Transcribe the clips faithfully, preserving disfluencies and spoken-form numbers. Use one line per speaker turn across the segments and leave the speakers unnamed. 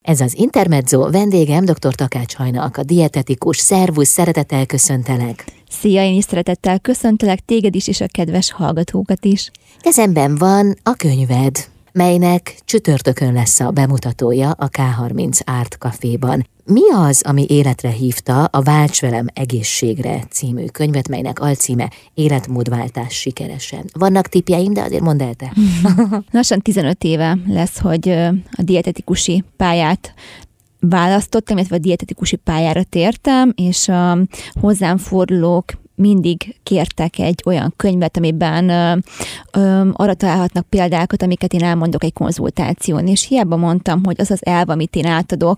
Ez az Intermezzo, vendégem dr. Takács Hajna, a dietetikus. Szervusz, szeretettel köszöntelek.
Szia, én is szeretettel köszöntelek téged is, és a kedves hallgatókat is.
Kezemben van a könyved, melynek csütörtökön lesz a bemutatója a ká harminc Art Caféban. Mi az, ami életre hívta a Válts velem egészségre című könyvet, melynek alcíme Életmódváltás sikeresen? Vannak tippjeim, de azért mondd el te.
Lassan tizenöt éve lesz, hogy a dietetikusi pályát választottam, illetve a dietetikusi pályára tértem, és a hozzám fordulók mindig kértek egy olyan könyvet, amiben ö, ö, arra találhatnak példákat, amiket én elmondok egy konzultáción, és hiába mondtam, hogy az az elv, amit én átadok,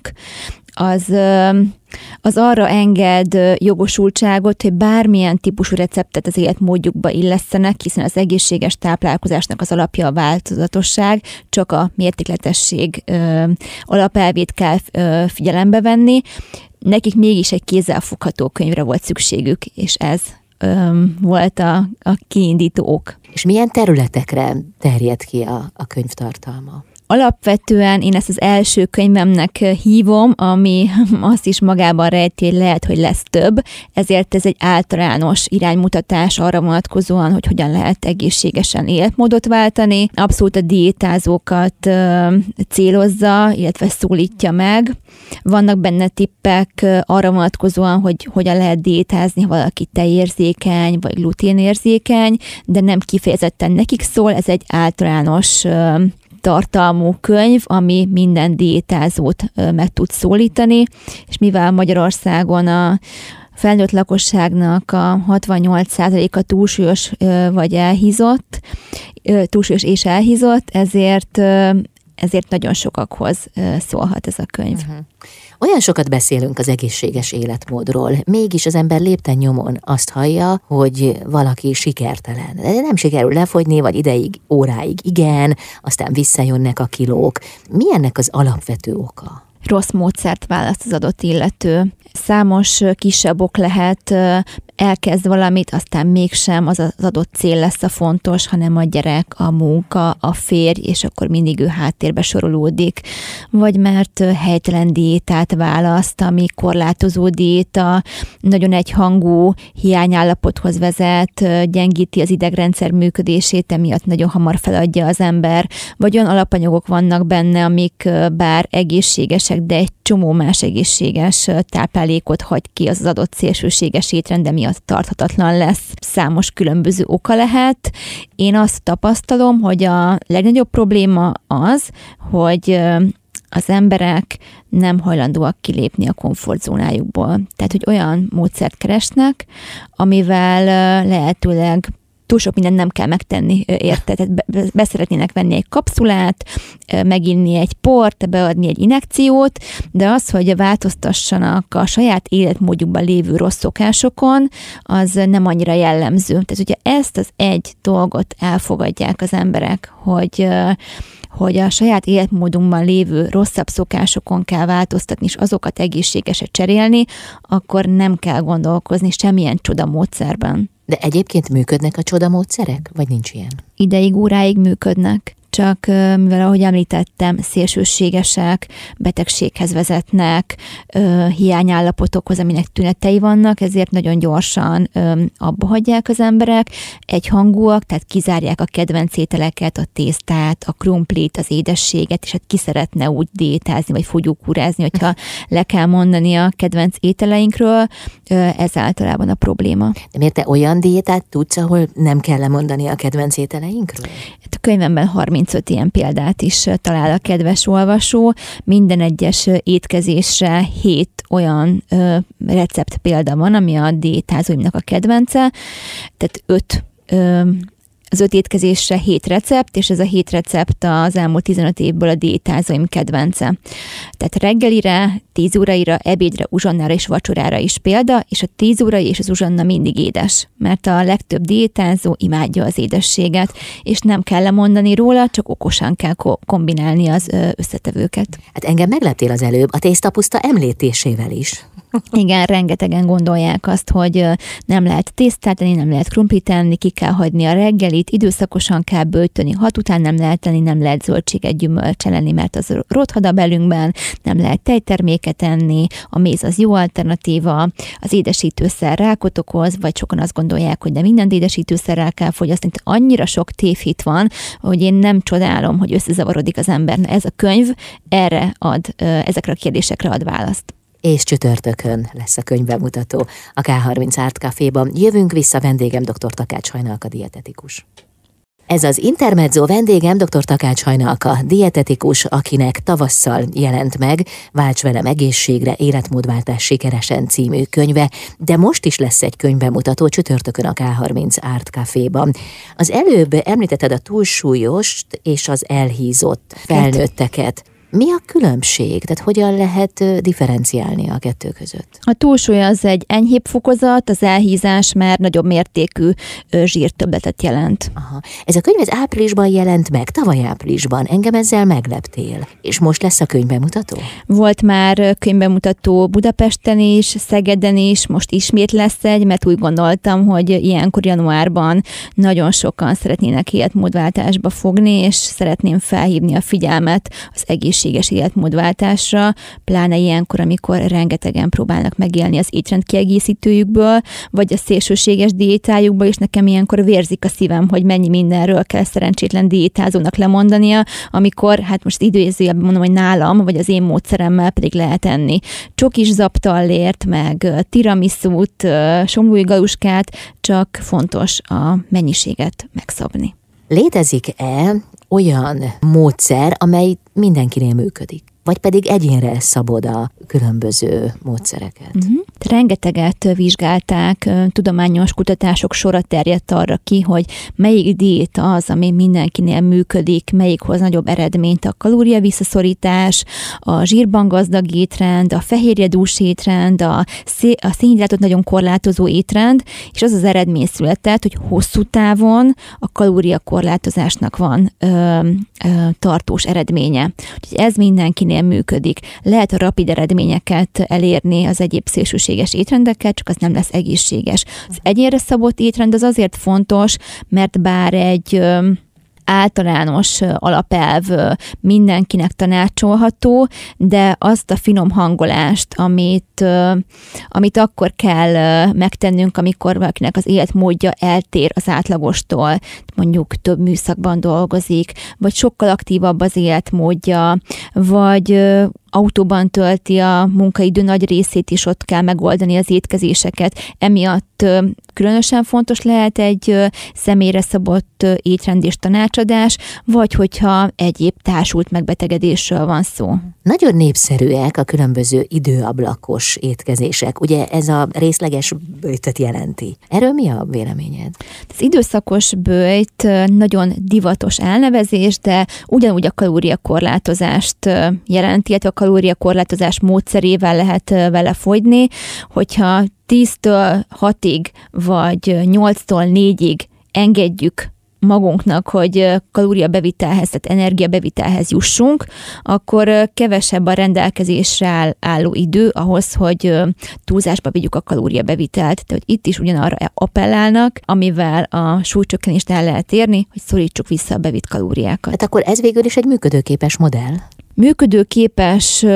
az, ö, az arra enged jogosultságot, hogy bármilyen típusú receptet az életmódjukba illesztenek, hiszen az egészséges táplálkozásnak az alapja a változatosság, csak a mértékletesség ö, alapelvét kell ö, figyelembe venni. Nekik mégis egy kézzelfogható könyvre volt szükségük, és ez öm, volt a, a kiindító ok.
És milyen területekre terjed ki a, a könyv tartalma?
Alapvetően én ezt az első könyvemnek hívom, ami azt is magában rejti, hogy lehet, hogy lesz több, ezért ez egy általános iránymutatás arra vonatkozóan, hogy hogyan lehet egészségesen életmódot váltani. Abszolút a diétázókat célozza, illetve szólítja meg. Vannak benne tippek arra vonatkozóan, hogy hogyan lehet diétázni, ha valaki tejérzékeny, vagy gluténérzékeny, de nem kifejezetten nekik szól, ez egy általános tartalmú könyv, ami minden diétázót meg tud szólítani, és mivel Magyarországon a felnőtt lakosságnak a hatvannyolc százaléka túlsúlyos vagy elhízott, túlsúlyos és elhízott, ezért, ezért nagyon sokakhoz szólhat ez a könyv. Uh-huh.
Olyan sokat beszélünk az egészséges életmódról, mégis az ember lépten nyomon azt hallja, hogy valaki sikertelen. De nem sikerül lefogyni, vagy ideig, óráig igen, aztán visszajönnek a kilók. Mi ennek az alapvető oka?
Rossz módszert választ az adott illető. Számos kisebb ok lehet, elkezd valamit, aztán mégsem az az adott cél lesz a fontos, hanem a gyerek, a munka, a férj, és akkor mindig ő háttérbe sorolódik. Vagy mert helytelen diétát választ, ami korlátozó diéta, nagyon egyhangú hiányállapothoz vezet, gyengíti az idegrendszer működését, emiatt nagyon hamar feladja az ember. Vagy olyan alapanyagok vannak benne, amik bár egészségesek, de egy csomó más egészséges táplálékot hagy ki az adott szélsőséges étrend, miatt tarthatatlan lesz. Számos különböző oka lehet. Én azt tapasztalom, hogy a legnagyobb probléma az, hogy az emberek nem hajlandóak kilépni a komfortzónájukból. Tehát, hogy olyan módszert keresnek, amivel lehetőleg túl sok mindent nem kell megtenni, érte? Tehát beszeretnének venni egy kapszulát, meginni egy port, beadni egy injekciót, de az, hogy változtassanak a saját életmódjukban lévő rossz szokásokon, az nem annyira jellemző. Tehát, hogyha ezt az egy dolgot elfogadják az emberek, hogy hogy a saját életmódunkban lévő rosszabb szokásokon kell változtatni, és azokat egészségeset cserélni, akkor nem kell gondolkozni semmilyen csodamódszerben.
De egyébként működnek a csodamódszerek, vagy nincs ilyen?
Ideig, óráig működnek. Csak mivel, ahogy említettem, szélsőségesek, betegséghez vezetnek, hiányállapotokhoz, aminek tünetei vannak, ezért nagyon gyorsan abba hagyják az emberek, egyhangúak, tehát kizárják a kedvenc ételeket, a tésztát, a krumplit, az édességet, és hát ki szeretne úgy diétázni, vagy fogyókúrázni, hogyha le kell mondani a kedvenc ételeinkről, ez általában a probléma.
De miért te olyan diétát tudsz, ahol nem kell lemondani a kedvenc ételeinkről?
A könyvemben harmincöt ilyen példát is talál a kedves olvasó. Minden egyes étkezésre hét olyan ö, recept példa van, ami a diétázóimnak a kedvence. Tehát öt ö, az öt étkezésre hét recept, és ez a hét recept az elmúlt tizenöt évből a diétázóim kedvence. Tehát reggelire, tíz óraira, ebédre, uzsonnára és vacsorára is példa, és a tíz órai és az uzsonna mindig édes, mert a legtöbb diétázó imádja az édességet, és nem kell lemondani róla, csak okosan kell ko- kombinálni az összetevőket.
Hát engem megleptél az előbb a tésztapuszta említésével is.
Igen, rengetegen gondolják azt, hogy nem lehet tésztát tenni, nem lehet krumplit enni, ki kell hagyni a reggelit, időszakosan kell böjteni, hat után nem lehet tenni, nem lehet zöldséget, gyümölcsel lenni, mert az rothad a belünkben, nem lehet tejterméket enni, a méz az jó alternatíva, az édesítőszer rákot okoz, vagy sokan azt gondolják, hogy de minden édesítőszerrel kell fogyasztani. Annyira sok tévhit van, hogy én nem csodálom, hogy összezavarodik az ember. Ez a könyv erre ad, ezekre a kérdésekre ad választ.
És csütörtökön lesz a könyvbemutató a ká harminc Art Caféban. Jövünk vissza, vendégem dr. Takács Hajnalka dietetikus. Ez az Intermezzo, vendégem dr. Takács Hajnalka dietetikus, akinek tavasszal jelent meg Válts velem egészségre, életmódváltás sikeresen című könyve, de most is lesz egy könyvbemutató csütörtökön a ká harminc Art Caféban. Az előbb említetted a túlsúlyost és az elhízott felnőtteket. Mi a különbség? Tehát hogyan lehet differenciálni a kettő között?
A túlsúly az egy enyhébb fokozat, az elhízás már nagyobb mértékű zsírtöbbletet jelent.
Aha. Ez a könyv ez áprilisban jelent meg, tavaly áprilisban. Engem ezzel megleptél. És most lesz a könyvbemutató?
Volt már könyvbemutató Budapesten is, Szegeden is, most ismét lesz egy, mert úgy gondoltam, hogy ilyenkor januárban nagyon sokan szeretnének életmódváltásba fogni, és szeretném felhívni a figyelmet az egészséges életmódváltásra, pláne ilyenkor, amikor rengetegen próbálnak megélni az étrendkiegészítőjükből, vagy a szélsőséges diétájukból, és nekem ilyenkor vérzik a szívem, hogy mennyi mindenről kell szerencsétlen diétázónak lemondania, amikor, hát most időzőjelben mondom, hogy nálam, vagy az én módszeremmel pedig lehet enni csokis zaptallért, meg tiramisút, somlói galuskát, csak fontos a mennyiséget megszabni.
Létezik-e olyan módszer, amely mindenkinél működik? Vagy pedig egyénre szabod a különböző módszereket?
Uh-huh. Rengeteget vizsgálták, tudományos kutatások sora terjedt arra ki, hogy melyik diéta az, ami mindenkinél működik, melyik hoz nagyobb eredményt, a kalória visszaszorítás, a zsírban gazdag étrend, a fehérjedús étrend, a, szé- a szénhidrátot nagyon korlátozó étrend, és az az eredmény született, hogy hosszú távon a kalóriakorlátozásnak van ö, ö, tartós eredménye. Úgyhogy ez mindenkinél működik. Lehet a rapid eredményeket elérni az egyéb szélsőséges étrendekkel, csak az nem lesz egészséges. Az egyénre szabott étrend az azért fontos, mert bár egy általános alapelv mindenkinek tanácsolható, de azt a finom hangolást, amit, amit akkor kell megtennünk, amikor valakinek az életmódja eltér az átlagostól, mondjuk több műszakban dolgozik, vagy sokkal aktívabb az életmódja, vagy autóban tölti a munkaidő nagy részét, és ott kell megoldani az étkezéseket. Emiatt különösen fontos lehet egy személyre szabott étrend és tanácsadás, vagy hogyha egyéb társult megbetegedésről van szó.
Nagyon népszerűek a különböző időablakos étkezések. Ugye ez a részleges böjtöt jelenti. Erről mi a véleményed?
Az időszakos böjt nagyon divatos elnevezés, de ugyanúgy a kalóriakorlátozást jelenti, illetve a kalóriakorlátozás módszerével lehet vele fogyni, hogyha tíztől hatig vagy nyolctól négyig engedjük magunknak, hogy kalóriabevitelhez, tehát energiabevitelhez jussunk, akkor kevesebb a rendelkezésre álló idő ahhoz, hogy túlzásba vigyük a kalóriabevitelt. Tehát itt is ugyanarra appellálnak, amivel a súlycsökkenést el lehet érni, hogy szorítsuk vissza a bevitt kalóriákat.
Hát akkor ez végül is egy működőképes modell?
Működőképes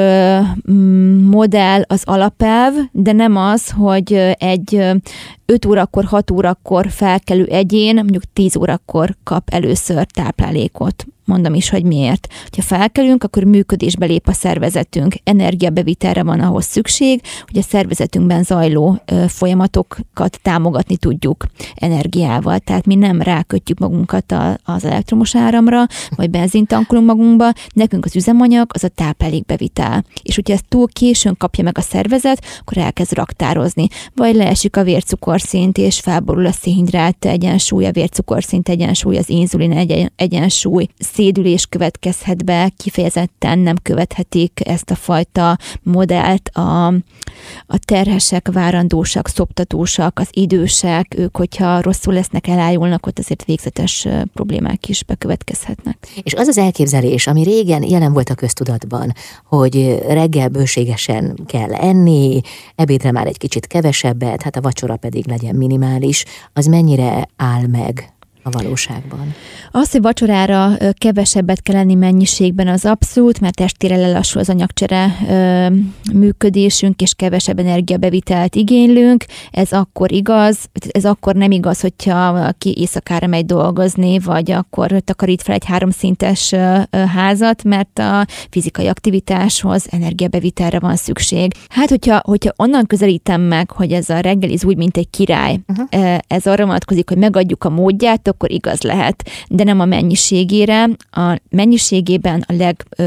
modell az alapelv, de nem az, hogy egy öt órakor, hat órakor felkelő egyén mondjuk tíz órakor kap először táplálékot. Mondom is, hogy miért. Ha felkelünk, akkor működésbe lép a szervezetünk. Energiabevitelre van ahhoz szükség, hogy a szervezetünkben zajló folyamatokat támogatni tudjuk energiával. Tehát mi nem rákötjük magunkat az elektromos áramra, vagy benzint tankolunk magunkba, nekünk az üzemanyag az a táplálékbevitel. És hogyha ezt túl későn kapja meg a szervezet, akkor elkezd raktározni. Vagy leesik a vércukor vércukorszint, és felborul a szénhidrát egyensúly, a vércukorszint egyensúly, az inzulin egy- egyensúly, szédülés következhet be, kifejezetten nem követhetik ezt a fajta modellt a, a terhesek, várandósak, szoptatósak, az idősek, ők, hogyha rosszul lesznek, elájulnak, ott azért végzetes problémák is bekövetkezhetnek.
És az az elképzelés, ami régen jelen volt a köztudatban, hogy reggel bőségesen kell enni, ebédre már egy kicsit kevesebbet, hát a vacsora pedig legyen minimális, az mennyire áll meg a valóságban?
Az, hogy vacsorára kevesebbet kell enni mennyiségben, az abszolút, mert testére lelassul az anyagcsere ö, működésünk, és kevesebb energiabevitelt igénylünk. Ez akkor igaz, ez akkor nem igaz, hogyha valaki éjszakára megy dolgozni, vagy akkor takarít fel egy háromszintes házat, mert a fizikai aktivitáshoz energiabevitelre van szükség. Hát, hogyha, hogyha onnan közelítem meg, hogy ez a reggeliz úgy, mint egy király, uh-huh. ez arra vonatkozik, hogy megadjuk a módját, akkor igaz lehet, de nem a mennyiségére. A mennyiségében a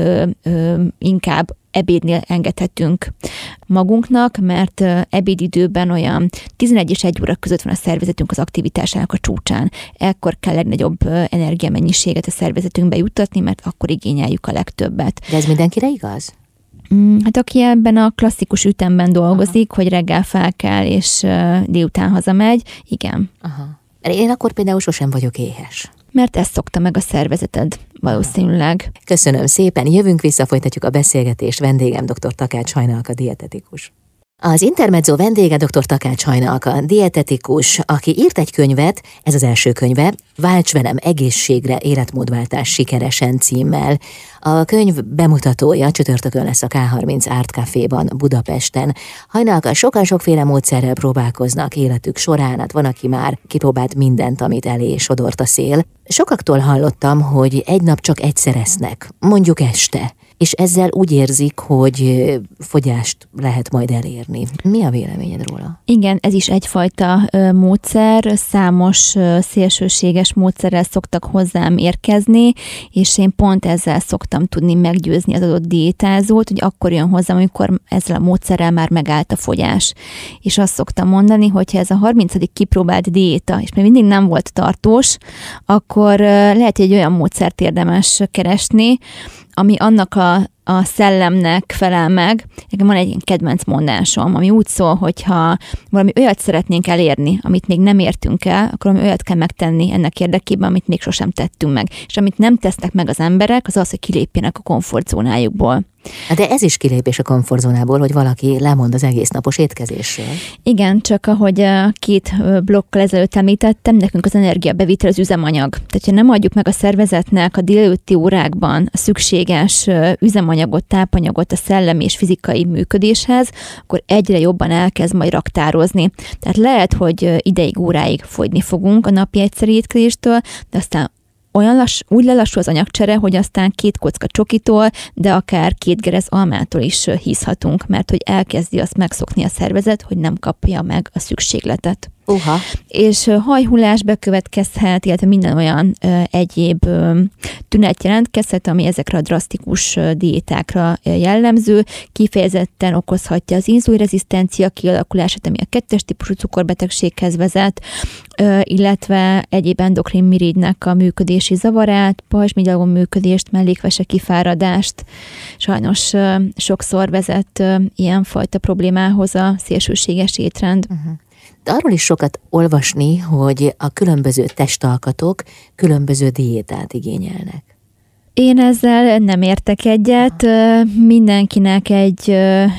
leginkább ebédnél engedhetünk magunknak, mert ebédidőben olyan tizenegy és egy óra között van a szervezetünk az aktivitásának a csúcsán. Ekkor kell legnagyobb energiamennyiséget a szervezetünkbe juttatni, mert akkor igényeljük a legtöbbet.
De ez mindenkire igaz?
Hát aki ebben a klasszikus ütemben dolgozik, Aha. hogy reggel fel kell, és délután hazamegy, igen.
Aha. Én akkor például sosem vagyok éhes.
Mert ezt szokta meg a szervezeted, valószínűleg.
Köszönöm szépen, jövünk vissza, folytatjuk a beszélgetést. Vendégem dr. Takács Hajnalka, dietetikus. Az Intermezzo vendége dr. Takács Hajnalka, dietetikus, aki írt egy könyvet, ez az első könyve, Válts velem egészségre, életmódváltás sikeresen címmel. A könyv bemutatója csütörtökön lesz a ká harminc Art Caféban Budapesten. Hajnalka, sokan sokféle módszerrel próbálkoznak életük során, hát van, aki már kipróbált mindent, amit elé sodort a szél. Sokaktól hallottam, hogy egy nap csak egyszer esznek, mondjuk este, és ezzel úgy érzik, hogy fogyást lehet majd elérni. Mi a véleményed róla?
Igen, ez is egyfajta ö, módszer, számos ö, szélsőséges módszerrel szoktak hozzám érkezni, és én pont ezzel szoktam tudni meggyőzni az adott diétázót, hogy akkor jön hozzám, amikor ezzel a módszerrel már megállt a fogyás. És azt szoktam mondani, hogyha ez a harmincadik kipróbált diéta, és még mindig nem volt tartós, akkor ö, lehet, hogy egy olyan módszert érdemes keresni, ami annak a, a szellemnek felel meg. Nekem van egy kedvenc mondásom, ami úgy szól, hogyha valami olyat szeretnénk elérni, amit még nem értünk el, akkor valami olyat kell megtenni ennek érdekében, amit még sosem tettünk meg. És amit nem tesznek meg az emberek, az az, hogy kilépjenek a komfortzónájukból.
De ez is kilépés a komfortzónából, hogy valaki lemond az egész napos étkezésről.
Igen, csak ahogy két blokkal ezelőtt említettem, nekünk az energiabevitel az üzemanyag. Tehát, ha nem adjuk meg a szervezetnek a délelőtti órákban a szükséges üzemanyagot, tápanyagot a szellemi és fizikai működéshez, akkor egyre jobban elkezd majd raktározni. Tehát lehet, hogy ideig, óráig fogyni fogunk a napi egyszeri étkezéstől, de aztán olyan lass, úgy lelassul az anyagcsere, hogy aztán két kocka csokitól, de akár két gerez almától is hízhatunk, mert hogy elkezdi azt megszokni a szervezet, hogy nem kapja meg a szükségletet.
Uha.
És hajhullás bekövetkezhet, illetve minden olyan ö, egyéb ö, tünet jelentkezhet, ami ezekre a drasztikus ö, diétákra jellemző, kifejezetten okozhatja az inzulinrezisztencia kialakulását, ami a kettes típusú cukorbetegséghez vezet, ö, illetve egyéb endokrin mirigynek a működési zavarát, pajzsmirigyalom működést, mellékvese kifáradást. Sajnos ö, sokszor vezet ö, ilyenfajta problémához a szélsőséges étrend. Uh-huh.
De arról is sokat olvasni, hogy a különböző testalkatok különböző diétát igényelnek.
Én ezzel nem értek egyet. Mindenkinek egy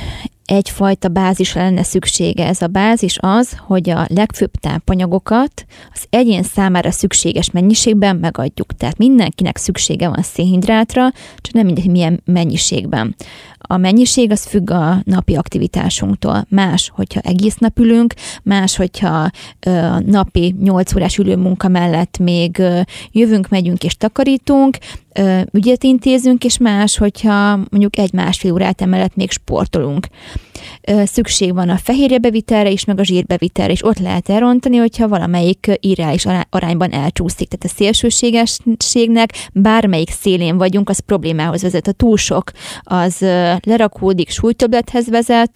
egyfajta bázisra lenne szüksége. Ez a bázis az, hogy a legfőbb tápanyagokat az egyén számára szükséges mennyiségben megadjuk. Tehát mindenkinek szüksége van szénhidrátra, csak nem mindegy, milyen mennyiségben. A mennyiség az függ a napi aktivitásunktól. Más, hogyha egész nap ülünk, más, hogyha ö, napi nyolc órás ülőmunka mellett még ö, jövünk, megyünk és takarítunk, ö, ügyet intézünk, és más, hogyha mondjuk egy-másfél órát emellett még sportolunk. Ö, szükség van a fehérjebevitelre is, meg a zsírbevitelre is. Ott lehet elrontani, hogyha valamelyik irreális arányban elcsúszik. Tehát a szélsőségességnek bármelyik szélén vagyunk, az problémához vezet. A túl sok az lerakódik, súlytöbblethez vezet,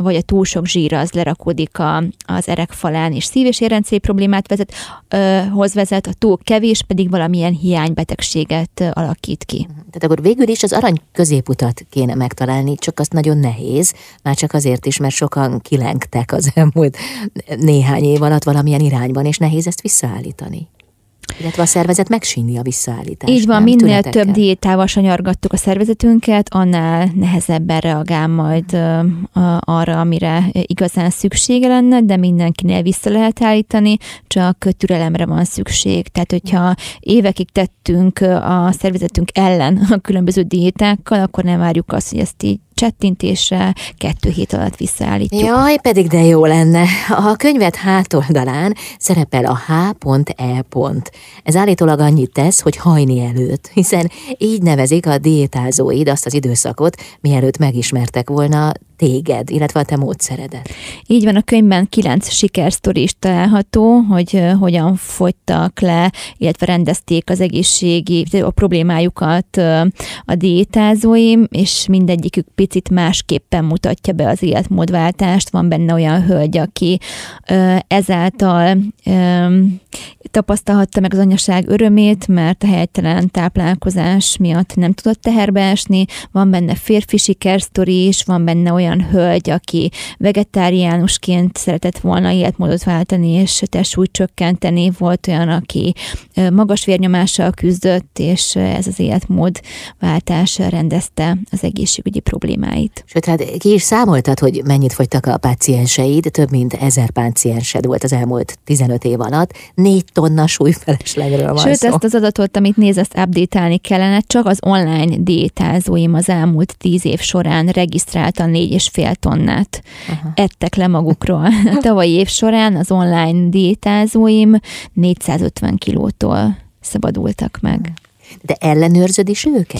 vagy a túl sok zsír az lerakódik a, az erekfalán, és szív- és érrendszeri problémát vezet, ö, hoz vezet, a túl kevés pedig valamilyen hiánybetegséget alakít ki.
Tehát akkor végül is az arany középutat kéne megtalálni, csak azt nagyon nehéz, már csak azért is, mert sokan kilengtek az elmúlt néhány év alatt valamilyen irányban, és nehéz ezt visszaállítani. Illetve a szervezet megsínli a visszaállítást.
Így van,
nem?
minél
Tünetekkel.
több diétával sanyargattuk a szervezetünket, annál nehezebben reagál majd uh, arra, amire igazán szüksége lenne, de mindenkinél vissza lehet állítani, csak türelemre van szükség. Tehát, hogyha évekig tettünk a szervezetünk ellen a különböző diétákkal, akkor nem várjuk azt, hogy ezt így csettintésre kettő hét alatt visszaállítjuk.
Jaj, pedig de jó lenne. A könyvet hátoldalán szerepel a H.E. Ez állítólag annyit tesz, hogy hajni előtt, hiszen így nevezik a diétázóid azt az időszakot, mielőtt megismertek volna téged, illetve a te módszeredet.
Így van, a könyvben kilenc sikersztori is található, hogy uh, hogyan fogytak le, illetve rendezték az egészségi a problémájukat uh, a diétázóim, és mindegyikük picit másképpen mutatja be az életmódváltást. Van benne olyan hölgy, aki uh, ezáltal um, tapasztalhatta meg az anyaság örömét, mert a helytelen táplálkozás miatt nem tudott teherbe esni. Van benne férfi sikersztori is, van benne olyan hölgy, aki vegetáriánusként szeretett volna életmódot váltani és testsúlyt csökkenteni. Volt olyan, aki magas vérnyomással küzdött, és ez az életmódváltás rendezte az egészségügyi problémáit.
Sőt, hát ki is számoltad, hogy mennyit fogytak a pácienseid, több mint ezer páciensed volt az elmúlt tizenöt év alatt, négy tonna súlyfeleslegről van
Sőt,
szó.
ezt az adatot, amit néz, ezt update-álni kellene, csak az online diétázóim az elmúlt tíz év során regisztráltan négy és fél tonnát Aha. ettek le magukról. A tavalyi év során az online diétázóim négyszázötven kilótól szabadultak meg.
De ellenőrzöd is őket?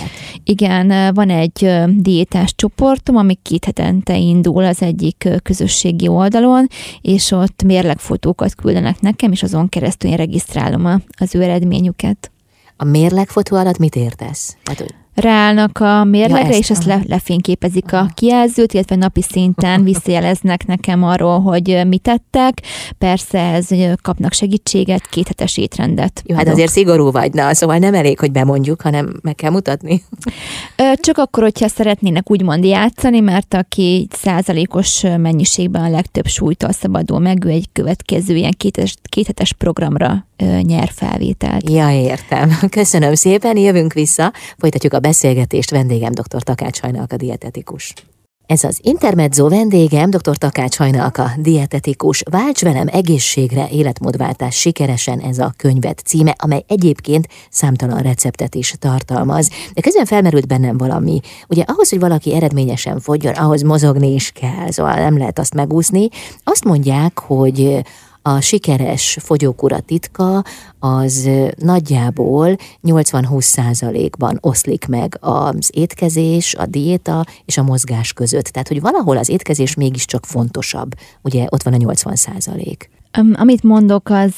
Igen, van egy diétás csoportom, ami két hetente indul az egyik közösségi oldalon, és ott mérlegfotókat küldenek nekem, és azon keresztül én regisztrálom az ő eredményüket.
A mérlegfotó alatt mit értesz? Hát,
ráállnak a mérlegre,
ja,
és ezt le, lefényképezik a kijelzőt, illetve napi szinten visszajeleznek nekem arról, hogy mit tettek. Persze ez kapnak segítséget, kéthetes étrendet.
Jó, hát azért szigorú vagy, na, szóval nem elég, hogy bemondjuk, hanem meg kell mutatni.
Csak akkor, hogyha szeretnének úgymond játszani, mert aki százalékos mennyiségben a legtöbb súlytól szabadul meg, ő egy következő ilyen kéthetes, kéthetes programra nyer felvételt.
Ja, értem. Köszönöm szépen, jövünk vissza, folytatjuk a beszélgetést, vendégem dr. Takács Hajnalka dietetikus. Ez az Intermezzo, vendégem dr. Takács Hajnalka dietetikus. Válts velem egészségre, életmódváltás sikeresen, ez a könyvet címe, amely egyébként számtalan receptet is tartalmaz. De közben felmerült bennem valami. Ugye ahhoz, hogy valaki eredményesen fogyjon, ahhoz mozogni is kell, szóval nem lehet azt megúszni. Azt mondják, hogy a sikeres fogyókúra titka az nagyjából nyolcvan-húsz százalékban oszlik meg az étkezés, a diéta és a mozgás között. Tehát, hogy valahol az étkezés mégiscsak fontosabb. Ugye ott van a nyolcvan százalék.
Amit mondok, az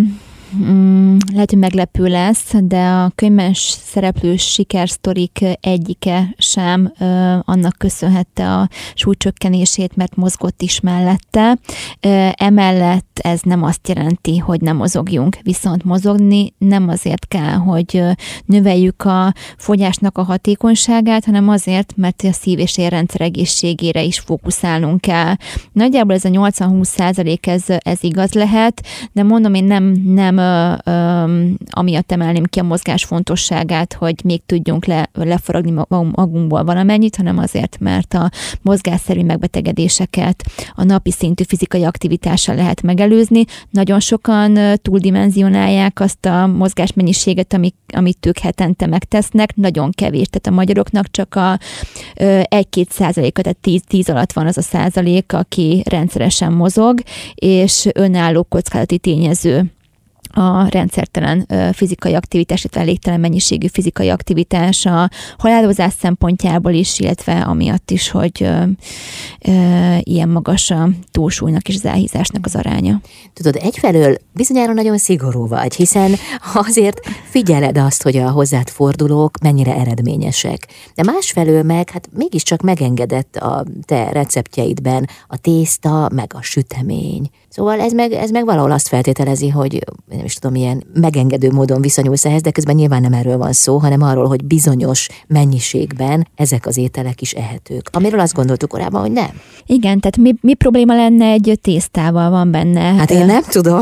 mm, lehet, hogy meglepő lesz, de a könyvben szereplő sikersztorik egyike sem ö, annak köszönhette a súlycsökkenését, mert mozgott is mellette. Ö, emellett ez nem azt jelenti, hogy nem mozogjunk, viszont mozogni nem azért kell, hogy növeljük a fogyásnak a hatékonyságát, hanem azért, mert a szív- és érrendszer egészségére is fókuszálnunk kell. Nagyjából ez a nyolcvan-húsz százalék ez, ez igaz lehet, de mondom, én nem, nem ö, ö, amiatt emelném ki a mozgás fontosságát, hogy még tudjunk le, lefaragni magunkból valamennyit, hanem azért, mert a mozgásszerű megbetegedéseket a napi szintű fizikai aktivitással lehet megelőzni. Nagyon sokan túldimenzionálják azt a mozgásmennyiséget, amit, amit ők hetente megtesznek, nagyon kevés, tehát a magyaroknak csak a egy-két százaléka, tehát tíz alatt van az a százalék, aki rendszeresen mozog, és önálló kockázati tényező a rendszertelen fizikai aktivitás, illetve elégtelen mennyiségű fizikai aktivitás a halálozás szempontjából is, illetve amiatt is, hogy ö, ö, ilyen magas a túlsúlynak és az elhízásnak az aránya.
Tudod, egyfelől bizonyára nagyon szigorú vagy, hiszen azért figyeled azt, hogy a hozzád fordulók mennyire eredményesek. De másfelől meg, hát mégiscsak megengedett a te receptjeidben a tészta, meg a sütemény. Szóval ez meg, ez meg valahol azt feltételezi, hogy nem is tudom, ilyen megengedő módon viszonyulsz ehhez, de közben nyilván nem erről van szó, hanem arról, hogy bizonyos mennyiségben ezek az ételek is ehetők. Amiről azt gondoltuk korábban, hogy nem.
Igen, tehát mi, mi probléma lenne egy tésztával? Van benne...
Hát én nem tudom.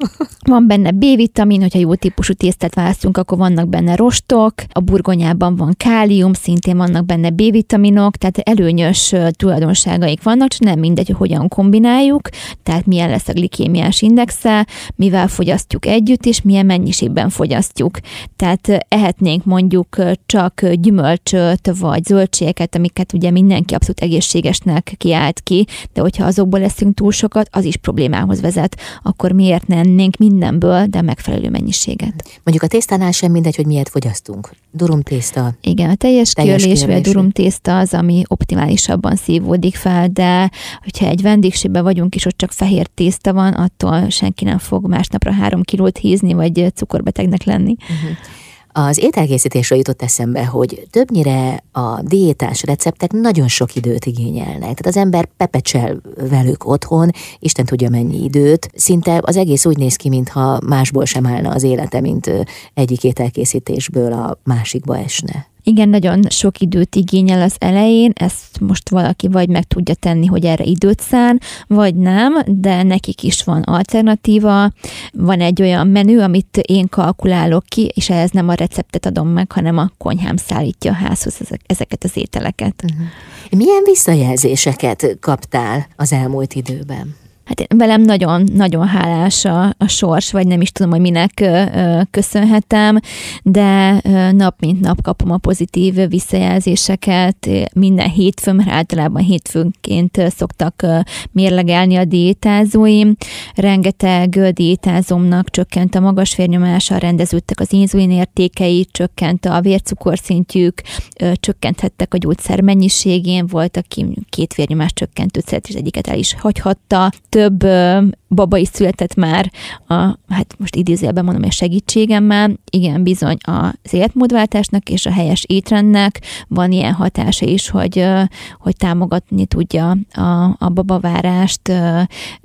Van benne B-vitamin, hogyha jó típusú tésztát választunk, akkor vannak benne rostok, a burgonyában van kálium, szintén vannak benne B-vitaminok, tehát előnyös tulajdonságaik vannak, csak nem mindegy, hogy hogyan kombináljuk, tehát milyen lesz a glikémiás indexe, mivel fogyasztjuk együtt, és milyen mennyiségben fogyasztjuk. Tehát ehetnénk mondjuk csak gyümölcsöt, vagy zöldségeket, amiket ugye mindenki abszolút egészségesnek kiállt ki, de hogyha azokból leszünk túl sokat, az is problémához vezet. Akkor miért ne ennénk mindenből, de megfelelő mennyiséget?
Mondjuk a tésztánál sem mindegy, hogy miért fogyasztunk. Durumtészta.
Igen, a teljes, teljes kiörlés, vagy a durumtészta az, ami optimálisabban szívódik fel, de hogyha egy vendégségben vagyunk, és ott csak fehér tészta van, attól senki nem fog másnapra három kilót hízni, vagy cukorbetegnek lenni. Uh-huh.
Az ételkészítésről jutott eszembe, hogy többnyire a diétás receptek nagyon sok időt igényelnek. Tehát az ember pepecsel velük otthon, Isten tudja mennyi időt. Szinte az egész úgy néz ki, mintha másból sem állna az élete, mint egyik ételkészítésből a másikba esne.
Igen, nagyon sok időt igényel az elején, ezt most valaki vagy meg tudja tenni, hogy erre időt szán, vagy nem, de nekik is van alternatíva. Van egy olyan menü, amit én kalkulálok ki, és ehhez nem a receptet adom meg, hanem a konyhám szállítja a házhoz ezeket az ételeket. Uh-huh.
Milyen visszajelzéseket kaptál az elmúlt időben?
Hát velem nagyon-nagyon hálás a, a sors, vagy nem is tudom, hogy minek ö, ö, köszönhetem, de ö, nap mint nap kapom a pozitív visszajelzéseket minden hétfőn, mert általában hétfőnként szoktak ö, mérlegelni a diétázóim. Rengeteg diétázomnak csökkent a magas vérnyomása, rendeződtek az inzulin értékei, csökkent a vércukorszintjük, ö, csökkenthettek a gyógyszer mennyiségén, volt, aki két vérnyomás csökkentőt, és egyiket el is hagyhatta. Több ö, baba is született már, a, hát most idézőjelben mondom, hogy segítségemmel. Igen, bizony az életmódváltásnak és a helyes étrendnek van ilyen hatása is, hogy, ö, hogy támogatni tudja a, a babavárást, ö,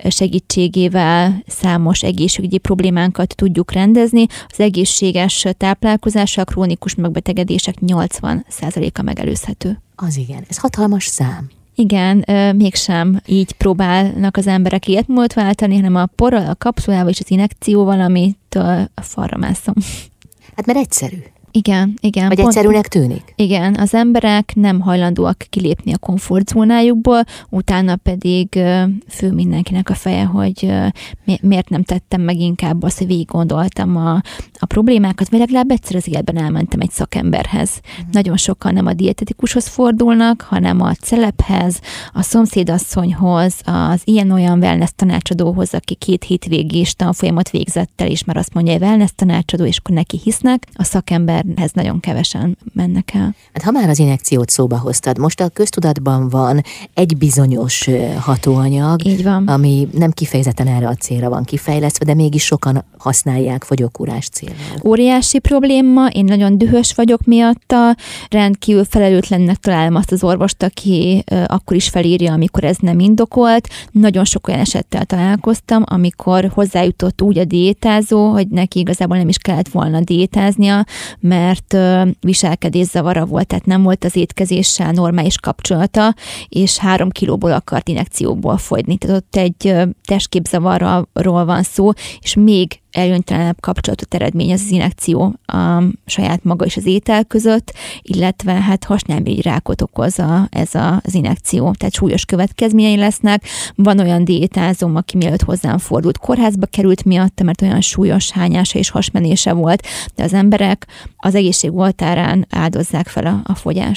segítségével számos egészségügyi problémánkat tudjuk rendezni. Az egészséges táplálkozással krónikus megbetegedések nyolcvan százaléka megelőzhető.
Az igen, ez hatalmas szám.
Igen, mégsem így próbálnak az emberek életmódot váltani, hanem a porral, a kapszulával és az injekcióval, amitől a falra mászom. Hát
mert egyszerű.
Igen, igen.
Vagy pont, egyszerűnek tűnik?
Igen, az emberek nem hajlandóak kilépni a komfortzónájukból, utána pedig fő mindenkinek a feje, hogy miért nem tettem meg inkább azt, hogy végig gondoltam a, a problémákat, vagy legalább egyszer az életben elmentem egy szakemberhez. Mm. Nagyon sokan nem a dietetikushoz fordulnak, hanem a celephez, a szomszédasszonyhoz, az ilyen-olyan wellness tanácsadóhoz, aki két hétvégés tanfolyamot végzett el, és már azt mondja, hogy wellness tanácsadó, és akkor neki hisznek, a szakember ez nagyon kevesen mennek el.
Hát ha már az injekciót szóba hoztad, most a köztudatban van egy bizonyos hatóanyag,
így van,
ami nem kifejezetten erre a célra van kifejlesztve, de mégis sokan használják fogyókúrás célra.
Óriási probléma, én nagyon dühös vagyok miatta, rendkívül felelőtlennek találom azt az orvost, aki akkor is felírja, amikor ez nem indokolt. Nagyon sok olyan esettel találkoztam, amikor hozzájutott úgy a diétázó, hogy neki igazából nem is kellett volna diétáznia, mert viselkedészavara volt, tehát nem volt az étkezéssel normális kapcsolata, és három kilóból akart injekcióból fogyni. Tehát ott egy testképzavarról van szó, és még előnytelenebb kapcsolatot eredményez az injekció a saját maga és az étel között, illetve hát hasnyálmirigy rákot okoz a, ez a, az injekció, tehát súlyos következményei lesznek. Van olyan diétázom, aki mielőtt hozzám fordult, kórházba került miatta, mert olyan súlyos hányása és hasmenése volt, de az emberek az egészség oltárán áldozzák fel a, a fogyást.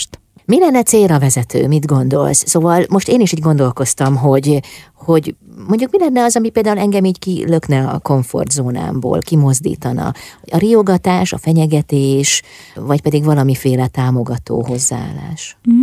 Mi lenne célra vezető, mit gondolsz? Szóval most én is így gondolkoztam, hogy, hogy mondjuk mi lenne az, ami például engem így kilökne a komfortzónámból, kimozdítana? A riogatás, a fenyegetés, vagy pedig valamiféle támogató hozzáállás?
Mm.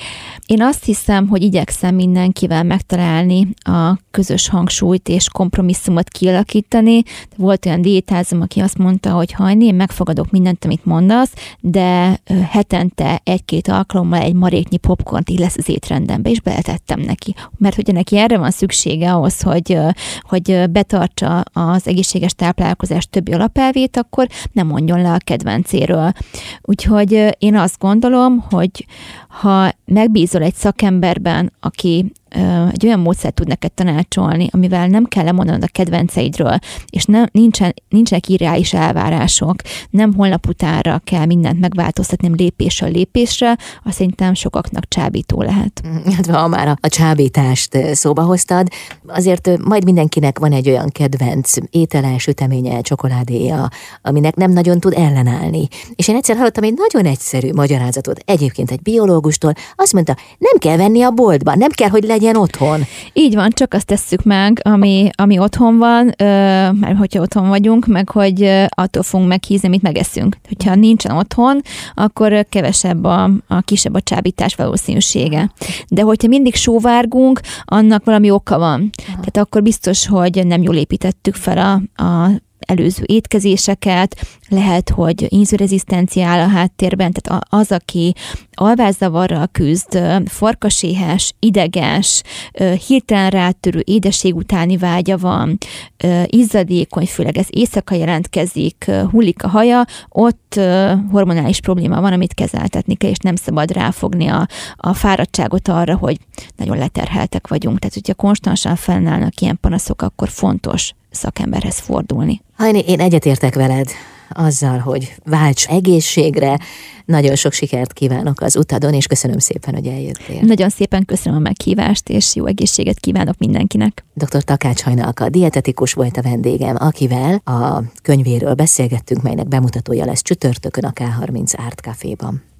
Én azt hiszem, hogy igyekszem mindenkivel megtalálni a közös hangsúlyt és kompromisszumot kialakítani. Volt olyan diétázom, aki azt mondta, hogy hajni, én megfogadok mindent, amit mondasz, de hetente egy-két alkalommal egy maréknyi popcornt így lesz az étrendembe, és beletettem neki. Mert hogyha neki erre van szüksége ahhoz, hogy, hogy betartsa az egészséges táplálkozás többi alapelvét, akkor nem mondjon le a kedvencéről. Úgyhogy én azt gondolom, hogy ha megbízol egy szakemberben, aki egy olyan módszert tud neked tanácsolni, amivel nem kell lemondanod a kedvenceidről, és nem, nincsen, nincsenek irreális elvárások, nem holnap utánra kell mindent megváltoztatni, nem lépésről lépésre, azt szerintem sokaknak csábító lehet.
Hát ha már a, a csábítást szóba hoztad, azért majd mindenkinek van egy olyan kedvenc étele, süteménye, csokoládéja, aminek nem nagyon tud ellenállni. És én egyszer hallottam egy nagyon egyszerű magyarázatot, egyébként egy biológustól, azt mondta, nem kell venni a boltba, nem kell, hogy legyen otthon.
Így van, csak azt tesszük meg, ami, ami otthon van, mert hogyha otthon vagyunk, meg hogy attól fogunk meghízni, amit megeszünk. Hogyha nincsen otthon, akkor kevesebb a, a kisebb a csábítás valószínűsége. De hogyha mindig sóvárgunk, annak valami oka van. Aha. Tehát akkor biztos, hogy nem jól építettük fel a, a előző étkezéseket, lehet, hogy inzulrezisztencia áll a háttérben, tehát az, aki alvászavarral küzd, farkaséhes, ideges, hirtelen rátörő édesség utáni vágya van, izzadékony, főleg ez éjszaka jelentkezik, hullik a haja, ott hormonális probléma van, amit kezeltetni kell, és nem szabad ráfogni a, a fáradtságot arra, hogy nagyon leterheltek vagyunk. Tehát, hogyha konstansan fennállnak ilyen panaszok, akkor fontos szakemberhez fordulni.
Hajni, én egyetértek veled azzal, hogy válts egészségre. Nagyon sok sikert kívánok az utadon, és köszönöm szépen, hogy eljöttél.
Nagyon szépen köszönöm a meghívást, és jó egészséget kívánok mindenkinek.
doktor Takács Hajnalka dietetikus volt a vendégem, akivel a könyvéről beszélgettünk, melynek bemutatója lesz csütörtökön a ká harminc Árt Caféban.